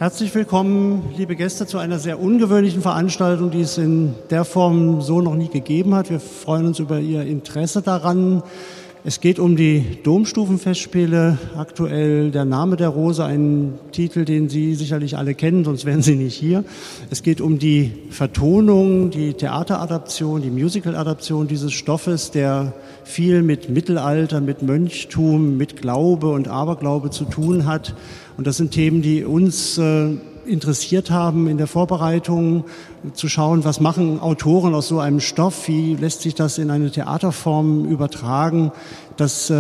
Herzlich willkommen, liebe Gäste, zu einer sehr ungewöhnlichen Veranstaltung, die es in der Form so noch nie gegeben hat. Wir freuen uns über Ihr Interesse daran. Es geht um die Domstufenfestspiele, aktuell Der Name der Rose, ein Titel, den Sie sicherlich alle kennen, sonst wären Sie nicht hier. Es geht um die Vertonung, die Theateradaption, die Musicaladaption dieses Stoffes, der viel mit Mittelalter, mit Mönchtum, mit Glaube und Aberglaube zu tun hat. Und das sind Themen, die uns interessiert haben in der Vorbereitung, zu schauen, was machen Autoren aus so einem Stoff, wie lässt sich das in eine Theaterform übertragen. Das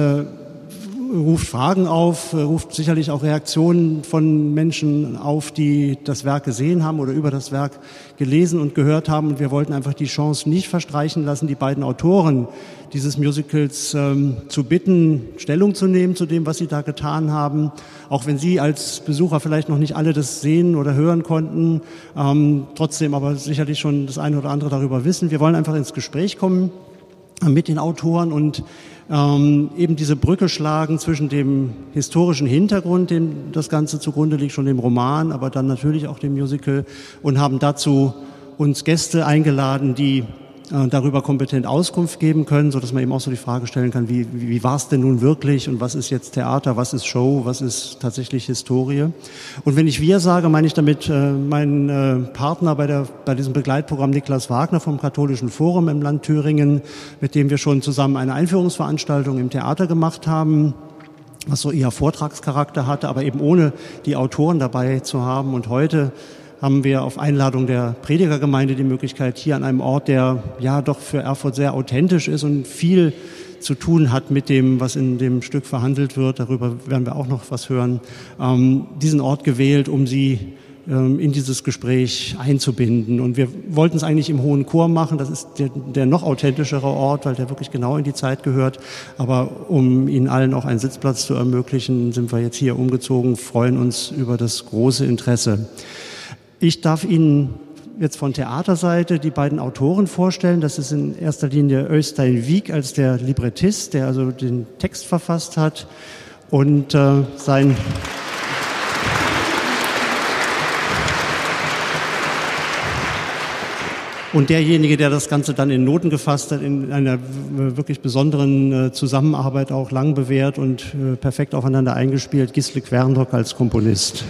ruft Fragen auf, ruft sicherlich auch Reaktionen von Menschen auf, die das Werk gesehen haben oder über das Werk gelesen und gehört haben. Und wir wollten einfach die Chance nicht verstreichen lassen, die beiden Autoren dieses Musicals zu bitten, Stellung zu nehmen zu dem, was sie da getan haben. Auch wenn Sie als Besucher vielleicht noch nicht alle das sehen oder hören konnten, trotzdem aber sicherlich schon das eine oder andere darüber wissen. Wir wollen einfach ins Gespräch kommen mit den Autoren und eben diese Brücke schlagen zwischen dem historischen Hintergrund, dem das Ganze zugrunde liegt, schon dem Roman, aber dann natürlich auch dem Musical, und haben dazu uns Gäste eingeladen, die darüber kompetent Auskunft geben können, so dass man eben auch so die Frage stellen kann, wie war es denn nun wirklich und was ist jetzt Theater, was ist Show, was ist tatsächlich Historie. Und wenn ich wir sage, meine ich damit meinen Partner bei diesem Begleitprogramm Niklas Wagner vom Katholischen Forum im Land Thüringen, mit dem wir schon zusammen eine Einführungsveranstaltung im Theater gemacht haben, was so eher Vortragscharakter hatte, aber eben ohne die Autoren dabei zu haben. Und heute haben wir auf Einladung der Predigergemeinde die Möglichkeit, hier an einem Ort, der ja doch für Erfurt sehr authentisch ist und viel zu tun hat mit dem, was in dem Stück verhandelt wird, darüber werden wir auch noch was hören, diesen Ort gewählt, um Sie in dieses Gespräch einzubinden. Und wir wollten es eigentlich im Hohen Chor machen, das ist der noch authentischere Ort, weil der wirklich genau in die Zeit gehört. Aber um Ihnen allen auch einen Sitzplatz zu ermöglichen, sind wir jetzt hier umgezogen, freuen uns über das große Interesse. Ich darf Ihnen jetzt von Theaterseite die beiden Autoren vorstellen. Das ist in erster Linie Øystein Vik als der Librettist, der also den Text verfasst hat, und und derjenige, der das Ganze dann in Noten gefasst hat, in einer wirklich besonderen Zusammenarbeit auch lang bewährt und perfekt aufeinander eingespielt, Gisle Kværndrup als Komponist.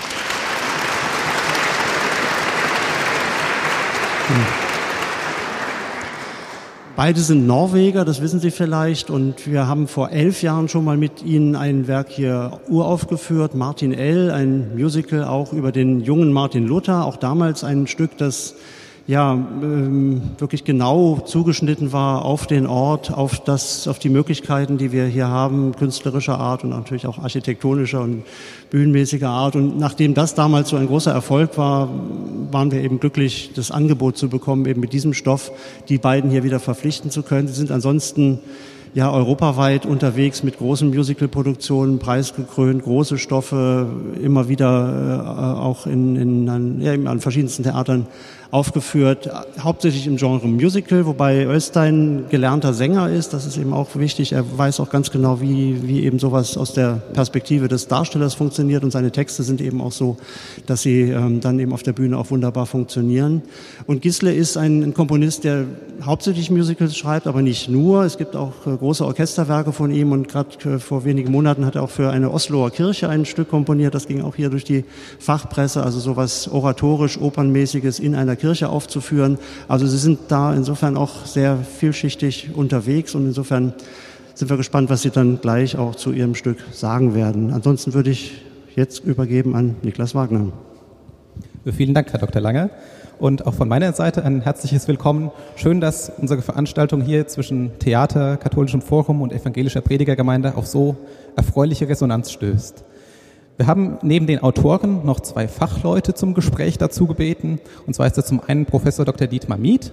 Beide sind Norweger, das wissen Sie vielleicht, und wir haben vor 11 Jahren schon mal mit ihnen ein Werk hier uraufgeführt, Martin L., ein Musical auch über den jungen Martin Luther, auch damals ein Stück, das wirklich genau zugeschnitten war auf den Ort, auf die Möglichkeiten, die wir hier haben, künstlerischer Art und natürlich auch architektonischer und bühnenmäßiger Art. Und nachdem das damals so ein großer Erfolg war, waren wir eben glücklich, das Angebot zu bekommen, eben mit diesem Stoff die beiden hier wieder verpflichten zu können. Sie sind ansonsten ja europaweit unterwegs mit großen Musicalproduktionen, preisgekrönt, große Stoffe, immer wieder auch an verschiedensten Theatern aufgeführt, hauptsächlich im Genre Musical, wobei Øystein gelernter Sänger ist, das ist eben auch wichtig. Er weiß auch ganz genau, wie eben sowas aus der Perspektive des Darstellers funktioniert, und seine Texte sind eben auch so, dass sie dann eben auf der Bühne auch wunderbar funktionieren. Und Gisle ist ein Komponist, der hauptsächlich Musicals schreibt, aber nicht nur. Es gibt auch große Orchesterwerke von ihm, und gerade vor wenigen Monaten hat er auch für eine Osloer Kirche ein Stück komponiert, das ging auch hier durch die Fachpresse, also sowas oratorisch, opernmäßiges in einer Kirche aufzuführen. Also Sie sind da insofern auch sehr vielschichtig unterwegs, und insofern sind wir gespannt, was Sie dann gleich auch zu Ihrem Stück sagen werden. Ansonsten würde ich jetzt übergeben an Niklas Wagner. Vielen Dank, Herr Dr. Lange. Und auch von meiner Seite ein herzliches Willkommen. Schön, dass unsere Veranstaltung hier zwischen Theater, Katholischem Forum und evangelischer Predigergemeinde auf so erfreuliche Resonanz stößt. Wir haben neben den Autoren noch 2 Fachleute zum Gespräch dazu gebeten. Und zwar ist das zum einen Professor Dr. Dietmar Mieth.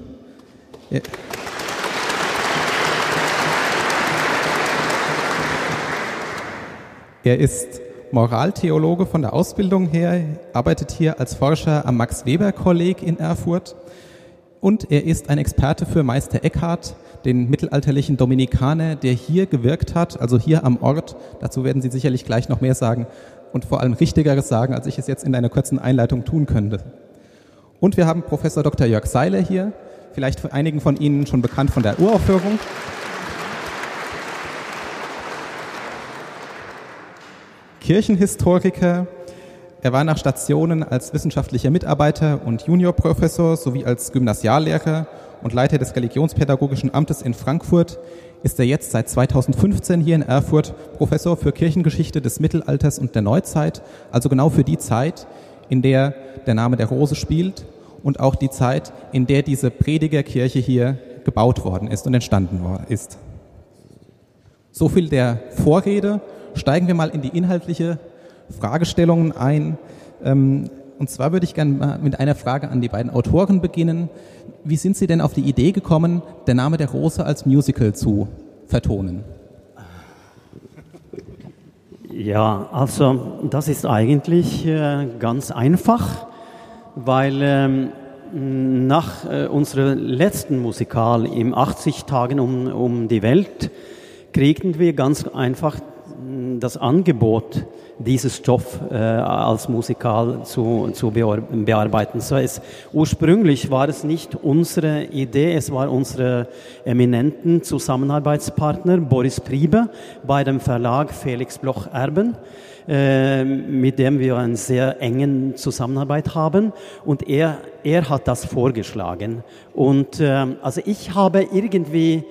Er ist Moraltheologe von der Ausbildung her, arbeitet hier als Forscher am Max-Weber-Kolleg in Erfurt, und er ist ein Experte für Meister Eckhart, den mittelalterlichen Dominikaner, der hier gewirkt hat, also hier am Ort. Dazu werden Sie sicherlich gleich noch mehr sagen und vor allem Richtigeres sagen, als ich es jetzt in einer kurzen Einleitung tun könnte. Und wir haben Professor Dr. Jörg Seiler hier, vielleicht für einigen von Ihnen schon bekannt von der Uraufführung. Kirchenhistoriker. Er war nach Stationen als wissenschaftlicher Mitarbeiter und Juniorprofessor sowie als Gymnasiallehrer und Leiter des Religionspädagogischen Amtes in Frankfurt, ist er jetzt seit 2015 hier in Erfurt Professor für Kirchengeschichte des Mittelalters und der Neuzeit, also genau für die Zeit, in der der Name der Rose spielt und auch die Zeit, in der diese Predigerkirche hier gebaut worden ist und entstanden ist. So viel der Vorrede. Steigen wir mal in die inhaltliche Fragestellungen ein. Und zwar würde ich gerne mit einer Frage an die beiden Autoren beginnen. Wie sind Sie denn auf die Idee gekommen, der Name der Rose als Musical zu vertonen? Ja, also das ist eigentlich ganz einfach, weil nach unserem letzten Musikal im 80 Tagen um die Welt kriegten wir ganz einfach das Angebot, dieses Stoff als Musikal zu bearbeiten. So ursprünglich war es nicht unsere Idee, es war unsere eminenten Zusammenarbeitspartner Boris Priebe bei dem Verlag Felix Bloch Erben, mit dem wir eine sehr enge Zusammenarbeit haben, und er hat das vorgeschlagen. Und also ich habe irgendwie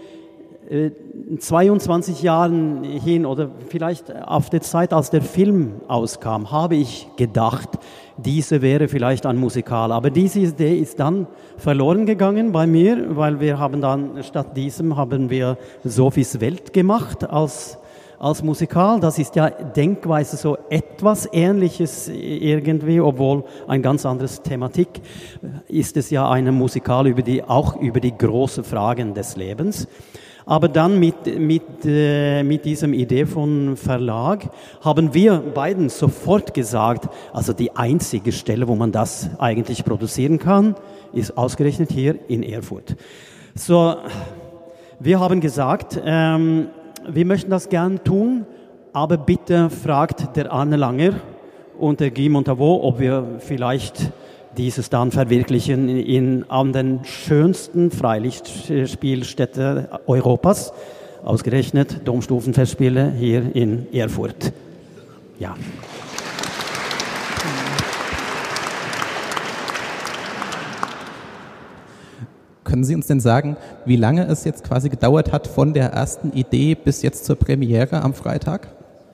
22 Jahren hin oder vielleicht auf der Zeit, als der Film auskam, habe ich gedacht, diese wäre vielleicht ein Musikal. Aber diese Idee ist dann verloren gegangen bei mir, weil wir haben dann statt diesem haben wir Sophies Welt gemacht als Musikal. Das ist ja denkweise so etwas Ähnliches irgendwie, obwohl ein ganz anderes Thematik ist es ja eine Musikal auch über die großen Fragen des Lebens. Aber dann mit diesem Idee von Verlag haben wir beiden sofort gesagt, also die einzige Stelle, wo man das eigentlich produzieren kann, ist ausgerechnet hier in Erfurt. So, wir haben gesagt, wir möchten das gern tun, aber bitte fragt der Arne Langer und der Guy Montavaux, ob wir vielleicht dieses dann verwirklichen an den schönsten Freilichtspielstätten Europas, ausgerechnet Domstufenfestspiele hier in Erfurt. Ja. Können Sie uns denn sagen, wie lange es jetzt quasi gedauert hat von der ersten Idee bis jetzt zur Premiere am Freitag?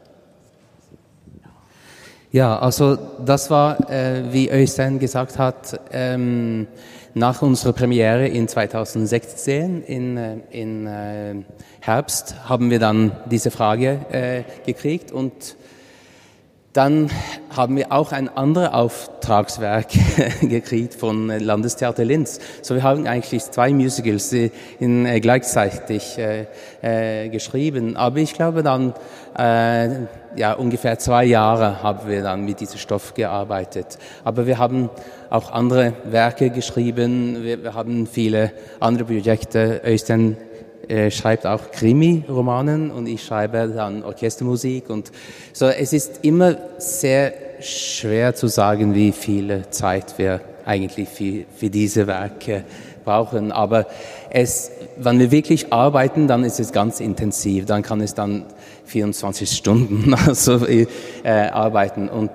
Ja, also das war, wie Øystein gesagt hat, nach unserer Premiere in 2016 in Herbst haben wir dann diese Frage gekriegt, und dann haben wir auch ein anderes Auftragswerk gekriegt von Landestheater Linz. So, wir haben eigentlich 2 Musicals gleichzeitig geschrieben. Aber ich glaube dann, ungefähr 2 Jahre haben wir dann mit diesem Stoff gearbeitet. Aber wir haben auch andere Werke geschrieben. Wir haben viele andere Projekte. Øystein schreibt auch Krimi-Romanen und ich schreibe dann Orchestermusik, und so. Es ist immer sehr schwer zu sagen, wie viel Zeit wir eigentlich für diese Werke brauchen. Aber wenn wir wirklich arbeiten, dann ist es ganz intensiv. Dann kann es dann 24 Stunden arbeiten. Und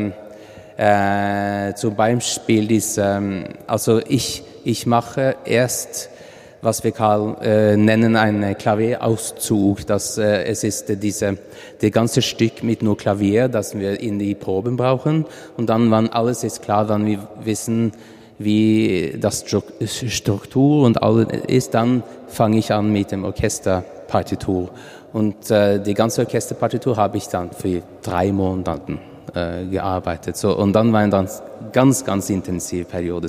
zum Beispiel ist, ich mache erst, was wir nennen, einen Klavierauszug. Es ist der ganze Stück mit nur Klavier, das wir in die Proben brauchen. Und dann, wenn alles ist klar, wenn wir wissen, wie das Struktur und alles ist, dann fange ich an mit dem Orchesterpartitur. Und die ganze Orchesterpartitur habe ich dann für 3 Monate gearbeitet. So, und dann war eine ganz, ganz intensive Periode.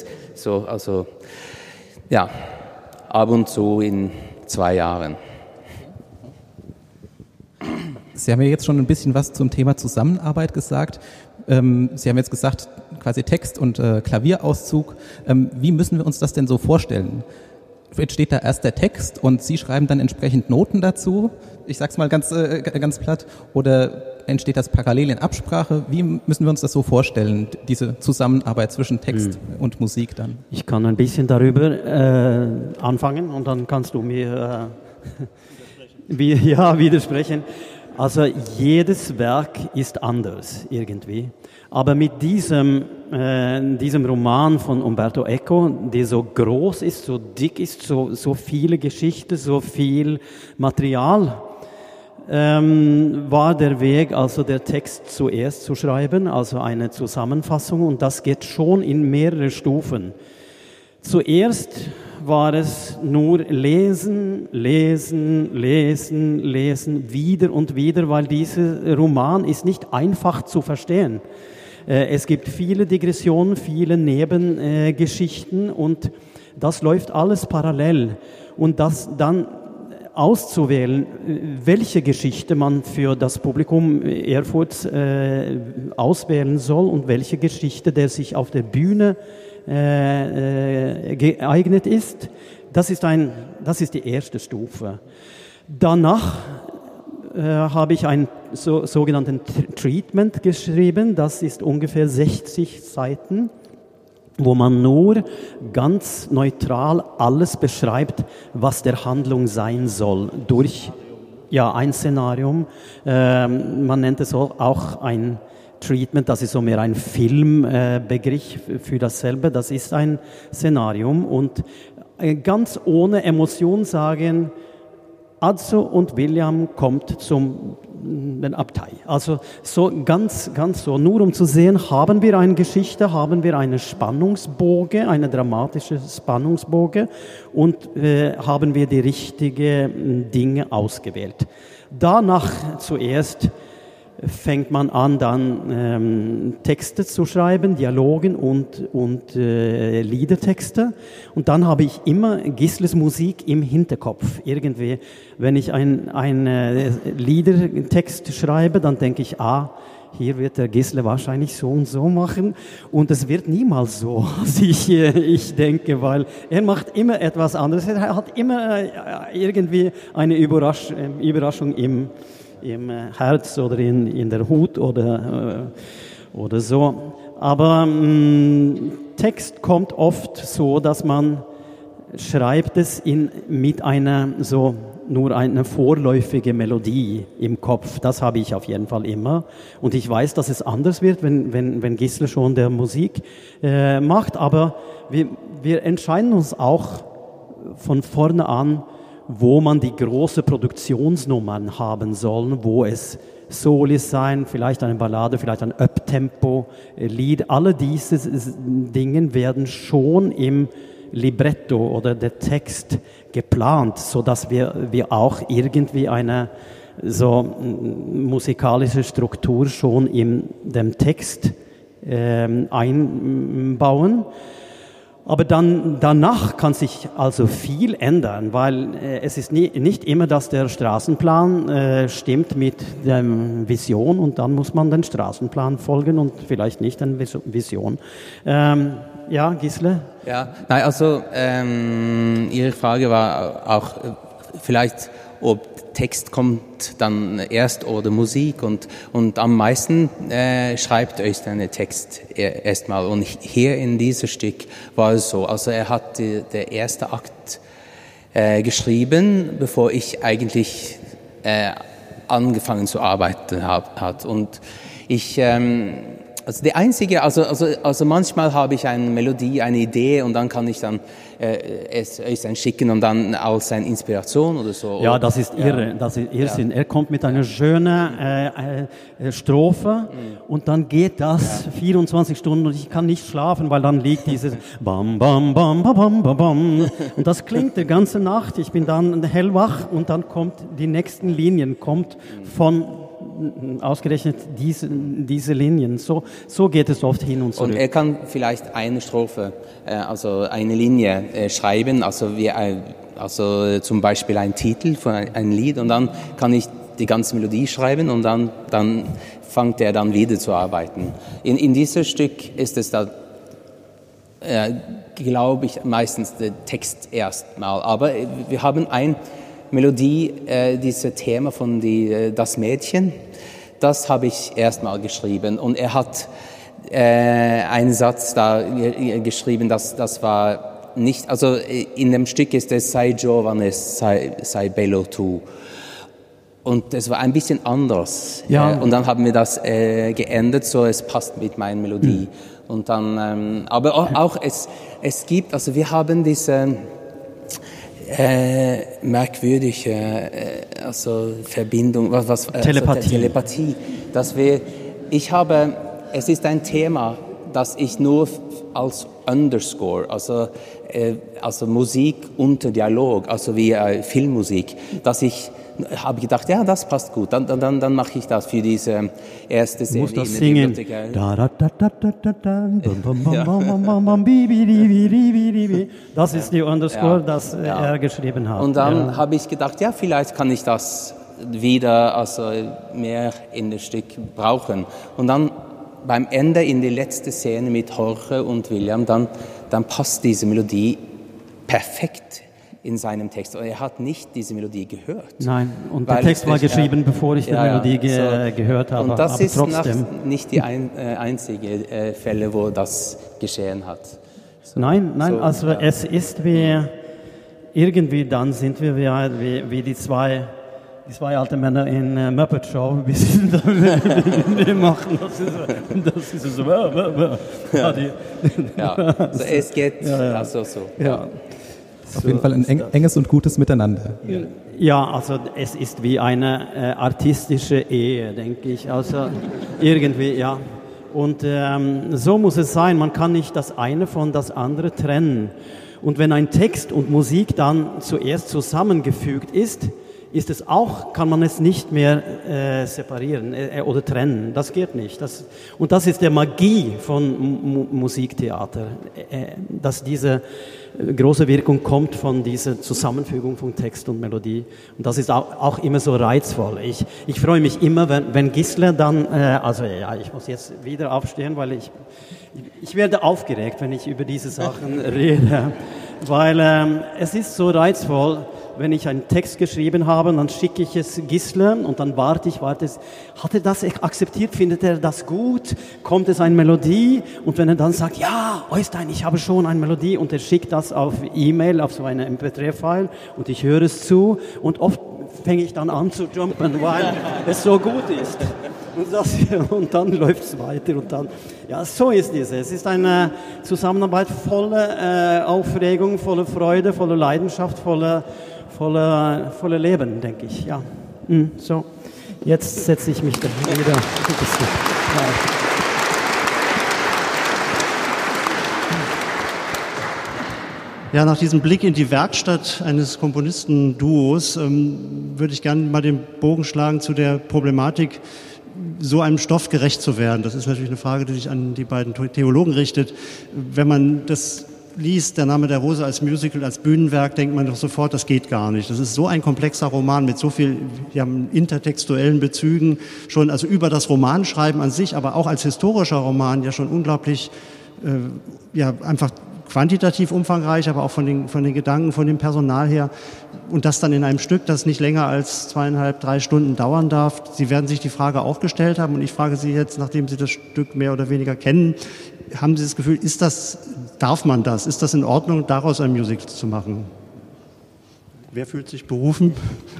Ab und zu in 2 Jahren. Sie haben ja jetzt schon ein bisschen was zum Thema Zusammenarbeit gesagt. Sie haben jetzt gesagt, quasi Text und Klavierauszug. Wie müssen wir uns das denn so vorstellen? entsteht da erst der Text und Sie schreiben dann entsprechend Noten dazu? Ich sag's mal ganz platt. Oder entsteht das parallel in Absprache? Wie müssen wir uns das so vorstellen, diese Zusammenarbeit zwischen Text und Musik dann? Ich kann ein bisschen darüber anfangen und dann kannst du mir widersprechen. Also jedes Werk ist anders irgendwie. Aber mit diesem Roman von Umberto Eco, der so groß ist, so dick ist, so viele Geschichten, so viel Material, war der Weg, also der Text zuerst zu schreiben, also eine Zusammenfassung, und das geht schon in mehrere Stufen. Zuerst war es nur lesen, wieder und wieder, weil dieser Roman ist nicht einfach zu verstehen. Es gibt viele Digressionen, viele Nebengeschichten und das läuft alles parallel. Und das dann auszuwählen, welche Geschichte man für das Publikum Erfurts auswählen soll und welche Geschichte, der sich auf der Bühne geeignet ist, das ist die erste Stufe. Danach habe ich einen sogenannten Treatment geschrieben, das ist ungefähr 60 Seiten, wo man nur ganz neutral alles beschreibt, was der Handlung sein soll, durch ein Szenarium. Man nennt es auch ein Treatment, das ist so mehr ein Filmbegriff für dasselbe, das ist ein Szenarium und ganz ohne Emotion sagen, Azzo und William kommt den Abtei. Also so ganz so, nur um zu sehen, haben wir eine Geschichte, haben wir eine Spannungsbogen, eine dramatische Spannungsbogen und haben wir die richtigen Dinge ausgewählt. Danach zuerst fängt man an, dann Texte zu schreiben, Dialogen und Liedertexte. Und dann habe ich immer Gisles Musik im Hinterkopf. Irgendwie, wenn ich einen Liedertext schreibe, dann denke ich, hier wird der Gisle wahrscheinlich so und so machen. Und es wird niemals so, als ich denke, weil er macht immer etwas anderes. Er hat immer irgendwie eine Überraschung im Herz oder in der Hut oder so. Aber Text kommt oft so, dass man schreibt es mit nur eine vorläufige Melodie im Kopf. Das habe ich auf jeden Fall immer. Und ich weiß, dass es anders wird, wenn Gisle schon der Musik macht. Aber wir entscheiden uns auch von vorne an, wo man die große Produktionsnummern haben soll, wo es Solis sein, vielleicht eine Ballade, vielleicht ein Up-Tempo-Lied. Alle diese Dinge werden schon im Libretto oder der Text geplant, so dass wir auch irgendwie eine so musikalische Struktur schon in dem Text einbauen. Aber danach kann sich also viel ändern, weil es ist nicht immer, dass der Straßenplan stimmt mit der Vision und dann muss man den Straßenplan folgen und vielleicht nicht eine Vision. Ja, Gisle? Ja, nein, also Ihre Frage war auch vielleicht, ob Text kommt dann erst oder Musik und am meisten schreibt Øystein den Text erstmal und hier in diesem Stück war es so, also er hat der erste Akt geschrieben, bevor ich eigentlich angefangen zu arbeiten hat und ich also der einzige, also manchmal habe ich eine Melodie, eine Idee und dann kann ich dann es Øystein schicken und dann als eine Inspiration oder so. Ja, das ist irre, das ist Irrsinn. Ja. Er kommt mit einer schönen Strophe und dann geht das 24 Stunden und ich kann nicht schlafen, weil dann liegt dieses Bam, Bam, Bam, Bam, Bam, Bam, Bam. Und das klingt die ganze Nacht. Ich bin dann hellwach und dann kommt die nächsten Linien, kommt von ausgerechnet diese Linien. So geht es oft hin und zurück. Und er kann vielleicht eine Strophe, also eine Linie schreiben, also zum Beispiel einen Titel von einem Lied und dann kann ich die ganze Melodie schreiben und dann fängt er dann wieder zu arbeiten. In diesem Stück ist es da glaube ich, meistens den Text erstmal. Aber wir haben eine Melodie, dieses Thema von das Mädchen, das habe ich erstmal geschrieben. Und er hat einen Satz da geschrieben, das war nicht, also in dem Stück ist es sei giovane, sei bello tu. Und es war ein bisschen anders. Ja. Und dann haben wir das geändert, so es passt mit meiner Melodie. Und dann, aber auch es gibt, also wir haben diese merkwürdige Verbindung, Telepathie, dass es ist ein Thema, das ich nur als Underscore, also Musik unter Dialog, also wie Filmmusik, dass ich habe gedacht, ja, das passt gut. Dann mache ich das für diese erste Serie. Du musst das singen. Das ist die Underscore, das er geschrieben hat. Und dann habe ich gedacht, ja, vielleicht kann ich das wieder mehr in das Stück brauchen. Und dann beim Ende in die letzte Szene mit Jorge und William, dann passt diese Melodie perfekt in seinem Text. Und er hat nicht diese Melodie gehört. Nein, und der Text war geschrieben, bevor ich die Melodie gehört habe. Und das ist trotzdem nicht die einzige Fälle, wo das geschehen hat. So, nein, also es ist wie, irgendwie dann sind wir wie die zwei alte Männer in Muppet Show, wir machen das ist so. Also es geht so. Ja. Auf jeden Fall ein enges und gutes Miteinander. Ja, also es ist wie eine artistische Ehe, denke ich. Also irgendwie, ja. Und so muss es sein. Man kann nicht das eine von das andere trennen. Und wenn ein Text und Musik dann zuerst zusammengefügt ist es auch, kann man es nicht mehr separieren oder trennen. Das geht nicht. Und das ist der Magie von Musiktheater, dass diese große Wirkung kommt von dieser Zusammenfügung von Text und Melodie. Und das ist auch immer so reizvoll. Ich freue mich immer, wenn Gisle dann, ich muss jetzt wieder aufstehen, weil ich werde aufgeregt, wenn ich über diese Sachen rede, weil es ist so reizvoll. Wenn ich einen Text geschrieben habe, dann schicke ich es Gisle und dann warte ich. Hat er das akzeptiert? Findet er das gut? Kommt es eine Melodie? Und wenn er dann sagt, ja, Øystein, ich habe schon eine Melodie und er schickt das auf E-Mail, auf so eine MP3-File und ich höre es zu und oft fange ich dann an zu jumpen, weil es so gut ist. Und dann läuft es weiter und dann, ja, so ist es. Es ist eine Zusammenarbeit voller Aufregung, voller Freude, voller Leidenschaft, voller Leben, denke ich. Ja. So, jetzt setze ich mich da wieder. Ja, nach diesem Blick in die Werkstatt eines Komponistenduos würde ich gerne mal den Bogen schlagen zu der Problematik, so einem Stoff gerecht zu werden. Das ist natürlich eine Frage, die sich an die beiden Theologen richtet. Wenn man das liest, Der Name der Rose als Musical, als Bühnenwerk, denkt man doch sofort, das geht gar nicht. Das ist so ein komplexer Roman mit so viel intertextuellen Bezügen, schon also über das Romanschreiben an sich, aber auch als historischer Roman ja schon unglaublich, einfach quantitativ umfangreich, aber auch von den Gedanken, von dem Personal her. Und das dann in einem Stück, das nicht länger als 2,5, 3 Stunden dauern darf. Sie werden sich die Frage auch gestellt haben und ich frage Sie jetzt, nachdem Sie das Stück mehr oder weniger kennen, haben Sie das Gefühl, darf man das? Ist das in Ordnung, daraus ein Musical zu machen? Wer fühlt sich berufen?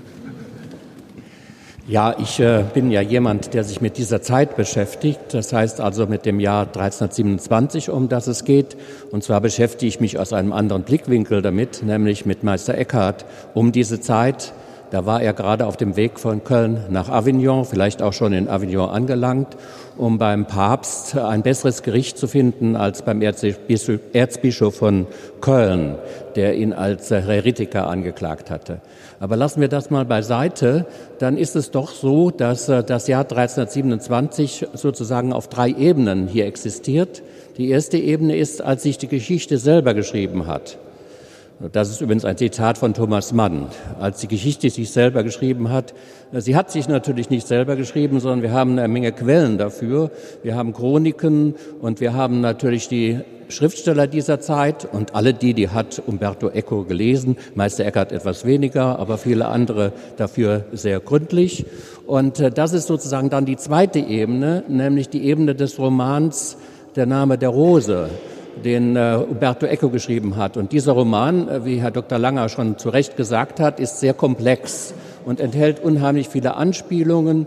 Ja, ich bin ja jemand, der sich mit dieser Zeit beschäftigt, das heißt also mit dem Jahr 1327, um das es geht. Und zwar beschäftige ich mich aus einem anderen Blickwinkel damit, nämlich mit Meister Eckhart um diese Zeit. Da war er gerade auf dem Weg von Köln nach Avignon, vielleicht auch schon in Avignon angelangt, um beim Papst ein besseres Gericht zu finden als beim Erzbischof von Köln, der ihn als Heretiker angeklagt hatte. Aber lassen wir das mal beiseite, dann ist es doch so, dass das Jahr 1327 sozusagen auf 3 Ebenen hier existiert. Die erste Ebene ist, als sich die Geschichte selber geschrieben hat. Das ist übrigens ein Zitat von Thomas Mann, als die Geschichte sich selber geschrieben hat. Sie hat sich natürlich nicht selber geschrieben, sondern wir haben eine Menge Quellen dafür. Wir haben Chroniken und wir haben natürlich die Schriftsteller dieser Zeit und alle die hat Umberto Eco gelesen. Meister Eckhart etwas weniger, aber viele andere dafür sehr gründlich. Und das ist sozusagen dann die zweite Ebene, nämlich die Ebene des Romans Der Name der Rose, den Umberto Eco geschrieben hat. Und dieser Roman, wie Herr Dr. Langer schon zu Recht gesagt hat, ist sehr komplex und enthält unheimlich viele Anspielungen.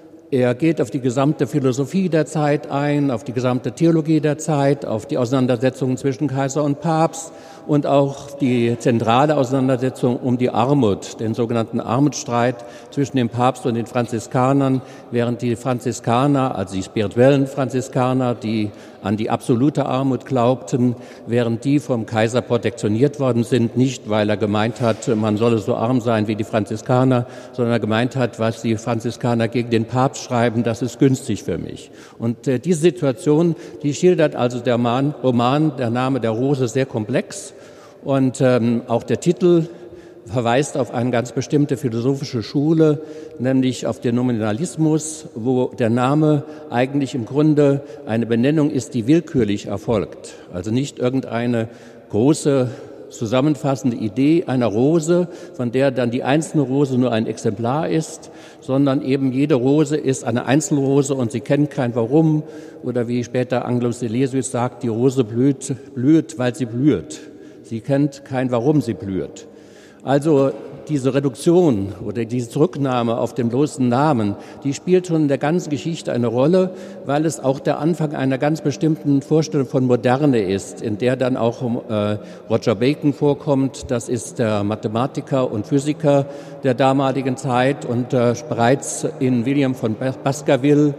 Er geht auf die gesamte Philosophie der Zeit ein, auf die gesamte Theologie der Zeit, auf die Auseinandersetzungen zwischen Kaiser und Papst und auch die zentrale Auseinandersetzung um die Armut, den sogenannten Armutsstreit zwischen dem Papst und den Franziskanern, während die Franziskaner, also die spirituellen Franziskaner, die an die absolute Armut glaubten, während die vom Kaiser protektioniert worden sind, nicht weil er gemeint hat, man solle so arm sein wie die Franziskaner, sondern er gemeint hat, was die Franziskaner gegen den Papst schreiben, das ist günstig für mich. Und diese Situation, die schildert also der Roman Der Name der Rose sehr komplex. Und auch der Titel verweist auf eine ganz bestimmte philosophische Schule, nämlich auf den Nominalismus, wo der Name eigentlich im Grunde eine Benennung ist, die willkürlich erfolgt. Also nicht irgendeine große zusammenfassende Idee einer Rose, von der dann die einzelne Rose nur ein Exemplar ist, sondern eben jede Rose ist eine Einzelrose und sie kennt kein Warum. Oder wie später Angelus Silesius sagt, die Rose blüht, weil sie blüht. Sie kennt kein Warum sie blüht. Also diese Reduktion oder diese Zurücknahme auf den bloßen Namen, die spielt schon in der ganzen Geschichte eine Rolle, weil es auch der Anfang einer ganz bestimmten Vorstellung von Moderne ist, in der dann auch Roger Bacon vorkommt. Das ist der Mathematiker und Physiker der damaligen Zeit und bereits in William von Baskerville,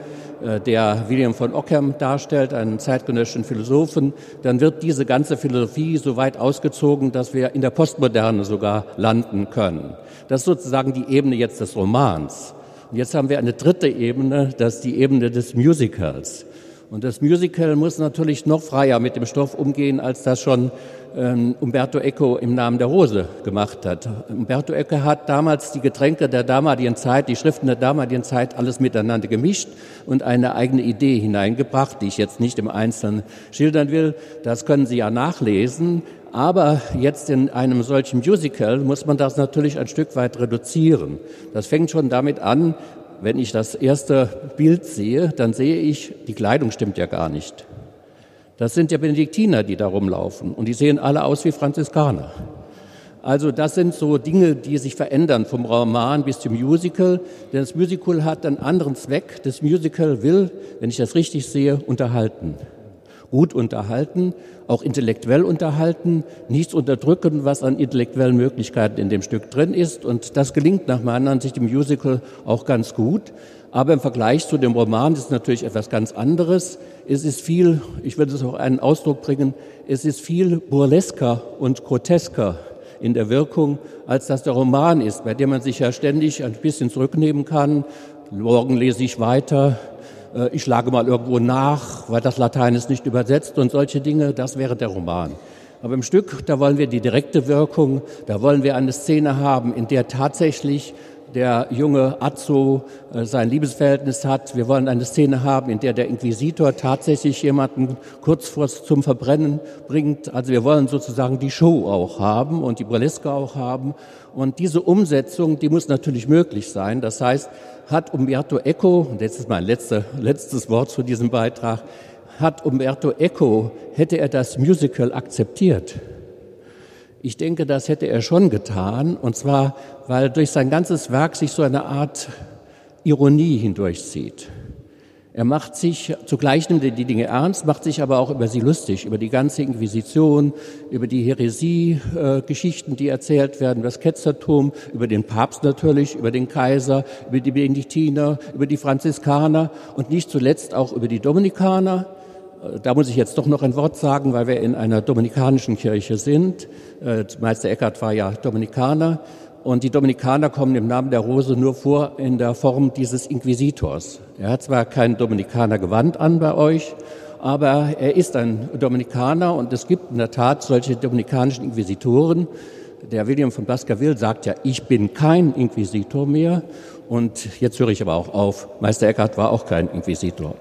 der William von Ockham darstellt, einen zeitgenössischen Philosophen, dann wird diese ganze Philosophie so weit ausgezogen, dass wir in der Postmoderne sogar landen können. Das ist sozusagen die Ebene jetzt des Romans. Und jetzt haben wir eine dritte Ebene, das ist die Ebene des Musicals. Und das Musical muss natürlich noch freier mit dem Stoff umgehen, als das schon Umberto Eco im Namen der Rose gemacht hat. Umberto Eco hat damals die Getränke der damaligen Zeit, die Schriften der damaligen Zeit alles miteinander gemischt und eine eigene Idee hineingebracht, die ich jetzt nicht im Einzelnen schildern will. Das können Sie ja nachlesen. Aber jetzt in einem solchen Musical muss man das natürlich ein Stück weit reduzieren. Das fängt schon damit an, wenn ich das erste Bild sehe, dann sehe ich, die Kleidung stimmt ja gar nicht. Das sind ja Benediktiner, die da rumlaufen und die sehen alle aus wie Franziskaner. Also das sind so Dinge, die sich verändern vom Roman bis zum Musical, denn das Musical hat einen anderen Zweck. Das Musical will, wenn ich das richtig sehe, unterhalten. Gut unterhalten, auch intellektuell unterhalten, nichts unterdrücken, was an intellektuellen Möglichkeiten in dem Stück drin ist. Und das gelingt nach meiner Ansicht im Musical auch ganz gut. Aber im Vergleich zu dem Roman ist es natürlich etwas ganz anderes. Es ist viel, ich würde es auch einen Ausdruck bringen, es ist viel burlesker und grotesker in der Wirkung, als das der Roman ist, bei dem man sich ja ständig ein bisschen zurücknehmen kann. Morgen lese ich weiter. Ich schlage mal irgendwo nach, weil das Latein ist nicht übersetzt und solche Dinge, das wäre der Roman. Aber im Stück, da wollen wir die direkte Wirkung, da wollen wir eine Szene haben, in der tatsächlich der junge Azzo sein Liebesverhältnis hat. Wir wollen eine Szene haben, in der der Inquisitor tatsächlich jemanden kurz zum Verbrennen bringt. Also wir wollen sozusagen die Show auch haben und die Burleske auch haben. Und diese Umsetzung, die muss natürlich möglich sein. Das heißt, hat Umberto Eco, und jetzt ist mein letztes Wort zu diesem Beitrag, hat Umberto Eco, hätte er das Musical akzeptiert? Ich denke, das hätte er schon getan, und zwar, weil durch sein ganzes Werk sich so eine Art Ironie hindurchzieht. Er macht sich, zugleich nimmt er die Dinge ernst, macht sich aber auch über sie lustig, über die ganze Inquisition, über die Häresie-Geschichten, die erzählt werden, das Ketzertum, über den Papst natürlich, über den Kaiser, über die Benediktiner, über die Franziskaner und nicht zuletzt auch über die Dominikaner. Da muss ich jetzt doch noch ein Wort sagen, weil wir in einer dominikanischen Kirche sind. Meister Eckhart war ja Dominikaner. Und die Dominikaner kommen im Namen der Rose nur vor in der Form dieses Inquisitors. Er hat zwar kein Dominikanergewand an bei euch, aber er ist ein Dominikaner und es gibt in der Tat solche dominikanischen Inquisitoren. Der William von Baskerville sagt ja, ich bin kein Inquisitor mehr. Und jetzt höre ich aber auch auf. Meister Eckhart war auch kein Inquisitor.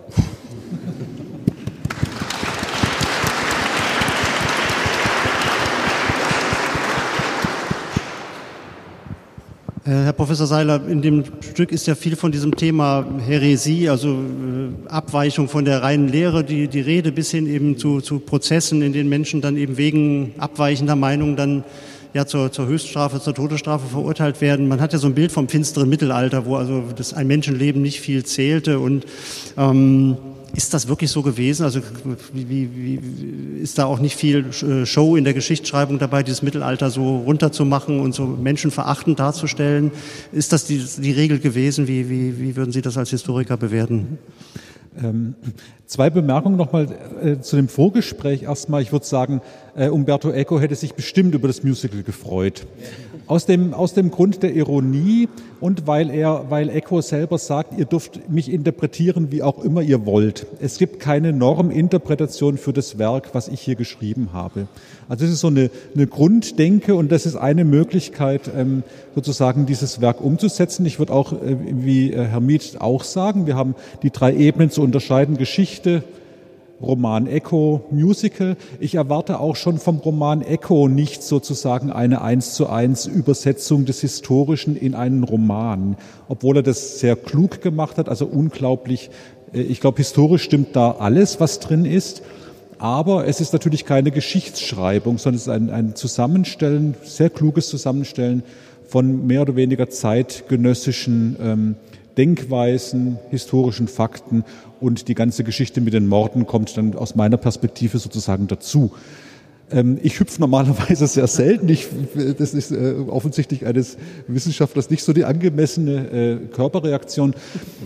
Herr Professor Seiler, in dem Stück ist ja viel von diesem Thema Häresie, also Abweichung von der reinen Lehre, die Rede, bis hin eben zu Prozessen, in denen Menschen dann eben wegen abweichender Meinung dann ja zur Höchststrafe, zur Todesstrafe verurteilt werden. Man hat ja so ein Bild vom finsteren Mittelalter, wo also ein Menschenleben nicht viel zählte. Und ist das wirklich so gewesen? Also wie ist da auch nicht viel Show in der Geschichtsschreibung dabei, dieses Mittelalter so runterzumachen und so menschenverachtend darzustellen? Ist das die Regel gewesen? Wie würden Sie das als Historiker bewerten? Zwei Bemerkungen nochmal zu dem Vorgespräch. Erstmal, ich würde sagen, Umberto Eco hätte sich bestimmt über das Musical gefreut. Aus dem Grund der Ironie und weil Eco selber sagt, ihr dürft mich interpretieren, wie auch immer ihr wollt. Es gibt keine Norminterpretation für das Werk, was ich hier geschrieben habe. Also das ist so eine Grunddenke und das ist eine Möglichkeit, sozusagen dieses Werk umzusetzen. Ich würde auch, wie Herr Mieth auch sagen, wir haben die 3 Ebenen zu unterscheiden: Geschichte, Roman Eco, Musical. Ich erwarte auch schon vom Roman Eco nicht sozusagen eine 1:1 Übersetzung des Historischen in einen Roman, obwohl er das sehr klug gemacht hat, also unglaublich. Ich glaube, historisch stimmt da alles, was drin ist, aber es ist natürlich keine Geschichtsschreibung, sondern es ist ein Zusammenstellen, sehr kluges Zusammenstellen von mehr oder weniger zeitgenössischen Denkweisen, historischen Fakten, und die ganze Geschichte mit den Morden kommt dann aus meiner Perspektive sozusagen dazu. Ich hüpfe normalerweise sehr selten. Das ist offensichtlich eines Wissenschaftlers nicht so die angemessene Körperreaktion.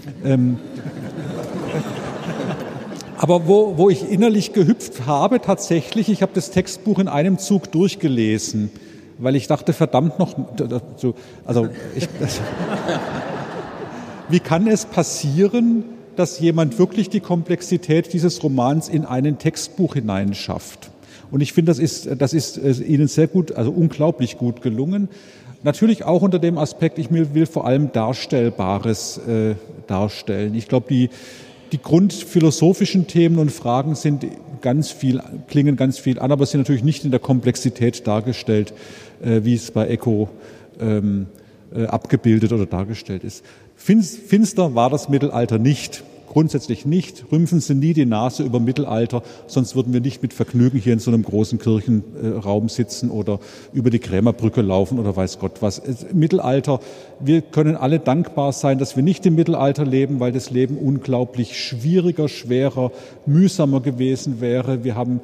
Aber wo ich innerlich gehüpft habe, tatsächlich, ich habe das Textbuch in einem Zug durchgelesen, weil ich dachte, verdammt noch, wie kann es passieren, dass jemand wirklich die Komplexität dieses Romans in ein Textbuch hineinschafft? Und ich finde, das ist Ihnen sehr gut, also unglaublich gut gelungen. Natürlich auch unter dem Aspekt, ich will vor allem Darstellbares darstellen. Ich glaube, die grundphilosophischen Themen und Fragen klingen ganz viel an, aber sind natürlich nicht in der Komplexität dargestellt, wie es bei Eco abgebildet oder dargestellt ist. Finster war das Mittelalter nicht, grundsätzlich nicht. Rümpfen Sie nie die Nase über Mittelalter, sonst würden wir nicht mit Vergnügen hier in so einem großen Kirchenraum sitzen oder über die Krämerbrücke laufen oder weiß Gott was. Mittelalter, wir können alle dankbar sein, dass wir nicht im Mittelalter leben, weil das Leben unglaublich schwieriger, schwerer, mühsamer gewesen wäre. Wir haben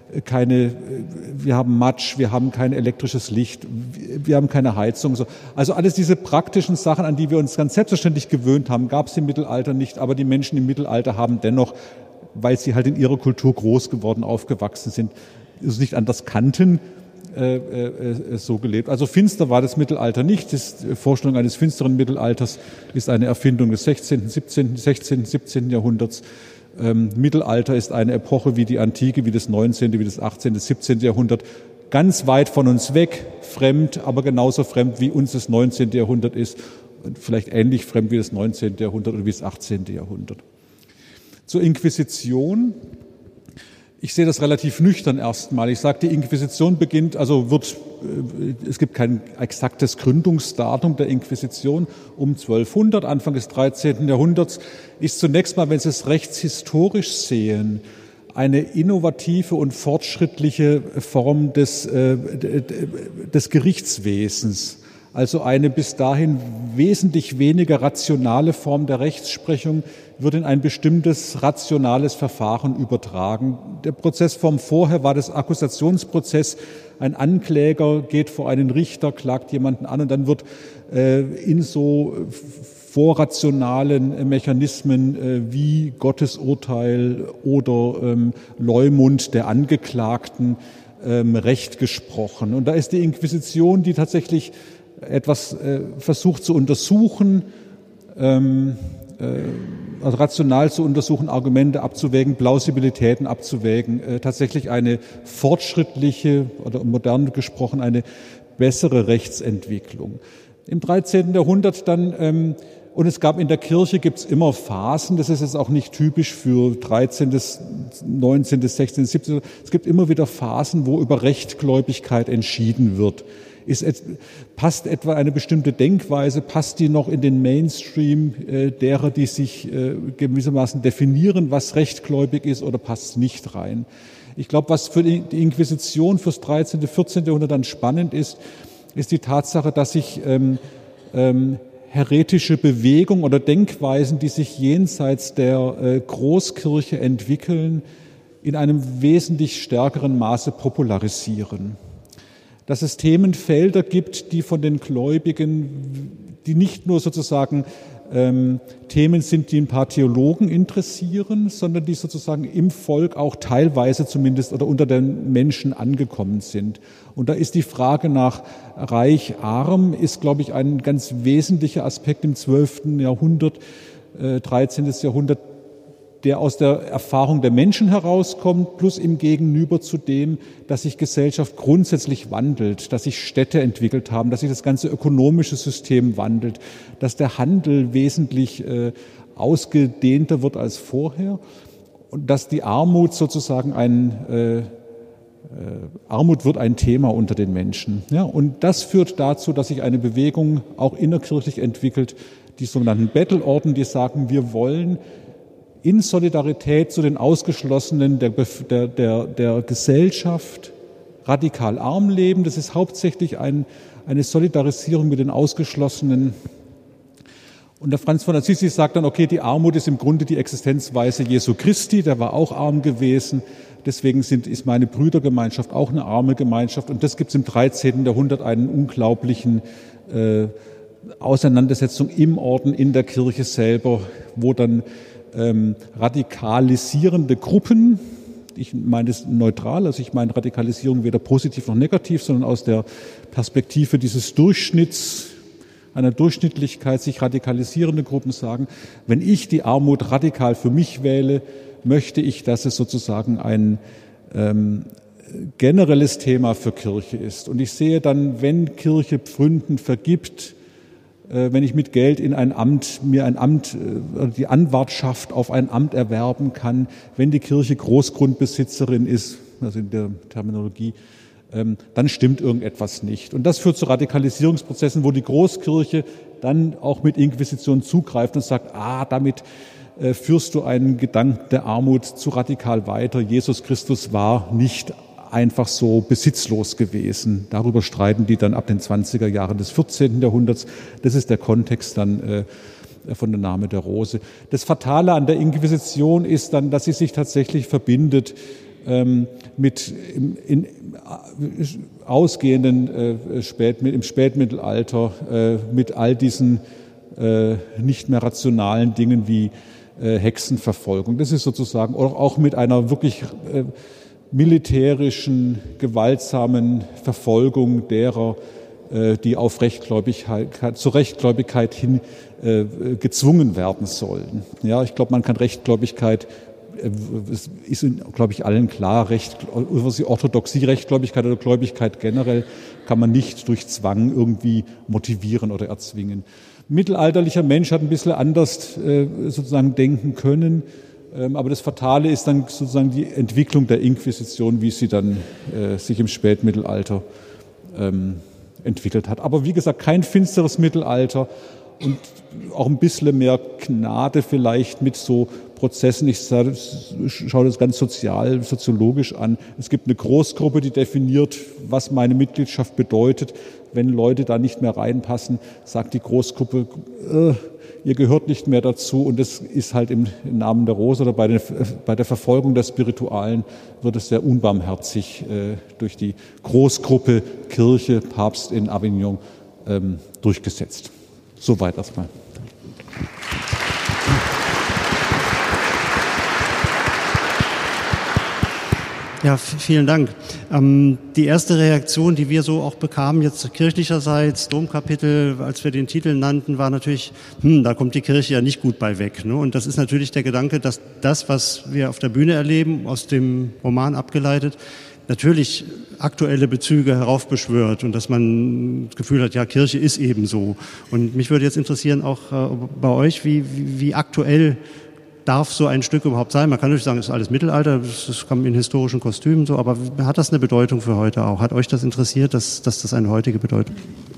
Matsch, wir haben kein elektrisches Licht, wir haben keine Heizung. Also alles diese praktischen Sachen, an die wir uns ganz selbstverständlich gewöhnt haben, gab es im Mittelalter nicht, aber die Menschen im Mittelalter haben dennoch, weil sie halt in ihrer Kultur groß geworden, aufgewachsen sind, es nicht anders kannten, so gelebt. Also finster war das Mittelalter nicht. Die Vorstellung eines finsteren Mittelalters ist eine Erfindung des 16., 17. Jahrhunderts. Mittelalter ist eine Epoche wie die Antike, wie das 19., wie das 18., das 17. Jahrhundert, ganz weit von uns weg, fremd, aber genauso fremd wie uns das 19. Jahrhundert ist, und vielleicht ähnlich fremd wie das 19. Jahrhundert oder wie das 18. Jahrhundert. Zur Inquisition. Ich sehe das relativ nüchtern erstmal. Ich sage, die Inquisition beginnt, es gibt kein exaktes Gründungsdatum der Inquisition, um 1200, Anfang des 13. Jahrhunderts, ist zunächst mal, wenn Sie es rechtshistorisch sehen, eine innovative und fortschrittliche Form des Gerichtswesens. Also eine bis dahin wesentlich weniger rationale Form der Rechtsprechung wird in ein bestimmtes rationales Verfahren übertragen. Der Prozessform vorher war das Akkusationsprozess. Ein Ankläger geht vor einen Richter, klagt jemanden an und dann wird in so vorrationalen Mechanismen wie Gottesurteil oder Leumund der Angeklagten Recht gesprochen. Und da ist die Inquisition, die tatsächlich etwas versucht zu untersuchen, also rational zu untersuchen, Argumente abzuwägen, Plausibilitäten abzuwägen, tatsächlich eine fortschrittliche oder modern gesprochen eine bessere Rechtsentwicklung. Im 13. Jahrhundert dann, und es gab in der Kirche, gibt's immer Phasen, das ist jetzt auch nicht typisch für 13., 19., 16., 17., es gibt immer wieder Phasen, wo über Rechtgläubigkeit entschieden wird. Passt etwa eine bestimmte Denkweise, passt die noch in den Mainstream derer, die sich gewissermaßen definieren, was rechtgläubig ist, oder passt es nicht rein? Ich glaube, was für die Inquisition fürs 13., 14. Jahrhundert dann spannend ist die Tatsache, dass sich heretische Bewegungen oder Denkweisen, die sich jenseits der Großkirche entwickeln, in einem wesentlich stärkeren Maße popularisieren. Dass es Themenfelder gibt, die von den Gläubigen, die nicht nur sozusagen Themen sind, die ein paar Theologen interessieren, sondern die sozusagen im Volk auch teilweise zumindest oder unter den Menschen angekommen sind. Und da ist die Frage nach reich-arm, ist, glaube ich, ein ganz wesentlicher Aspekt im 12. Jahrhundert, 13. Jahrhundert, der aus der Erfahrung der Menschen herauskommt, plus im Gegenüber zu dem, dass sich Gesellschaft grundsätzlich wandelt, dass sich Städte entwickelt haben, dass sich das ganze ökonomische System wandelt, dass der Handel wesentlich ausgedehnter wird als vorher und dass die Armut sozusagen Armut wird ein Thema unter den Menschen. Ja, und das führt dazu, dass sich eine Bewegung auch innerkirchlich entwickelt, die sogenannten Bettelorden, die sagen, wir wollen in Solidarität zu den Ausgeschlossenen der Gesellschaft radikal arm leben. Das ist hauptsächlich eine Solidarisierung mit den Ausgeschlossenen. Und der Franz von Assisi sagt dann, okay, die Armut ist im Grunde die Existenzweise Jesu Christi, der war auch arm gewesen. Deswegen ist meine Brüdergemeinschaft auch eine arme Gemeinschaft. Und das gibt es im 13. Jahrhundert einen unglaublichen Auseinandersetzung im Orden, in der Kirche selber, wo dann radikalisierende Gruppen, ich meine es neutral, also ich meine Radikalisierung weder positiv noch negativ, sondern aus der Perspektive dieses Durchschnitts, einer Durchschnittlichkeit, sich radikalisierende Gruppen sagen, wenn ich die Armut radikal für mich wähle, möchte ich, dass es sozusagen ein generelles Thema für Kirche ist. Und ich sehe dann, wenn Kirche Pfründen vergibt, wenn ich mit Geld in die Anwartschaft auf ein Amt erwerben kann, wenn die Kirche Großgrundbesitzerin ist, also in der Terminologie, dann stimmt irgendetwas nicht. Und das führt zu Radikalisierungsprozessen, wo die Großkirche dann auch mit Inquisition zugreift und sagt, damit führst du einen Gedanken der Armut zu radikal weiter. Jesus Christus war nicht einfach so besitzlos gewesen. Darüber streiten die dann ab den 20er Jahren des 14. Jahrhunderts. Das ist der Kontext dann von der Name der Rose. Das Fatale an der Inquisition ist dann, dass sie sich tatsächlich verbindet mit im Spätmittelalter mit all diesen nicht mehr rationalen Dingen wie Hexenverfolgung. Das ist sozusagen auch mit einer wirklich militärischen, gewaltsamen Verfolgung derer, die auf zur Rechtgläubigkeit hin gezwungen werden sollen. Ja, ich glaube, man kann Rechtgläubigkeit, es ist, glaube ich, allen klar, Orthodoxie, Rechtgläubigkeit oder Gläubigkeit generell kann man nicht durch Zwang irgendwie motivieren oder erzwingen. Mittelalterlicher Mensch hat ein bisschen anders sozusagen denken können. Aber das Fatale ist dann sozusagen die Entwicklung der Inquisition, wie sie dann sich im Spätmittelalter entwickelt hat. Aber wie gesagt, kein finsteres Mittelalter und auch ein bisschen mehr Gnade vielleicht mit so Prozessen. Ich schaue das ganz soziologisch an. Es gibt eine Großgruppe, die definiert, was meine Mitgliedschaft bedeutet. Wenn Leute da nicht mehr reinpassen, sagt die Großgruppe, ihr gehört nicht mehr dazu. Und das ist halt im Namen der Rose oder bei der Verfolgung der Spiritualen wird es sehr unbarmherzig durch die Großgruppe Kirche, Papst in Avignon durchgesetzt. Soweit erstmal. Ja, vielen Dank. Die erste Reaktion, die wir so auch bekamen, jetzt kirchlicherseits, Domkapitel, als wir den Titel nannten, war natürlich, da kommt die Kirche ja nicht gut bei weg. Ne? Und das ist natürlich der Gedanke, dass das, was wir auf der Bühne erleben, aus dem Roman abgeleitet, natürlich aktuelle Bezüge heraufbeschwört und dass man das Gefühl hat, ja, Kirche ist eben so. Und mich würde jetzt interessieren, auch bei euch, wie aktuell darf so ein Stück überhaupt sein? Man kann natürlich sagen, es ist alles Mittelalter, das kam in historischen Kostümen so, aber hat das eine Bedeutung für heute auch? Hat euch das interessiert, dass das eine heutige Bedeutung hat?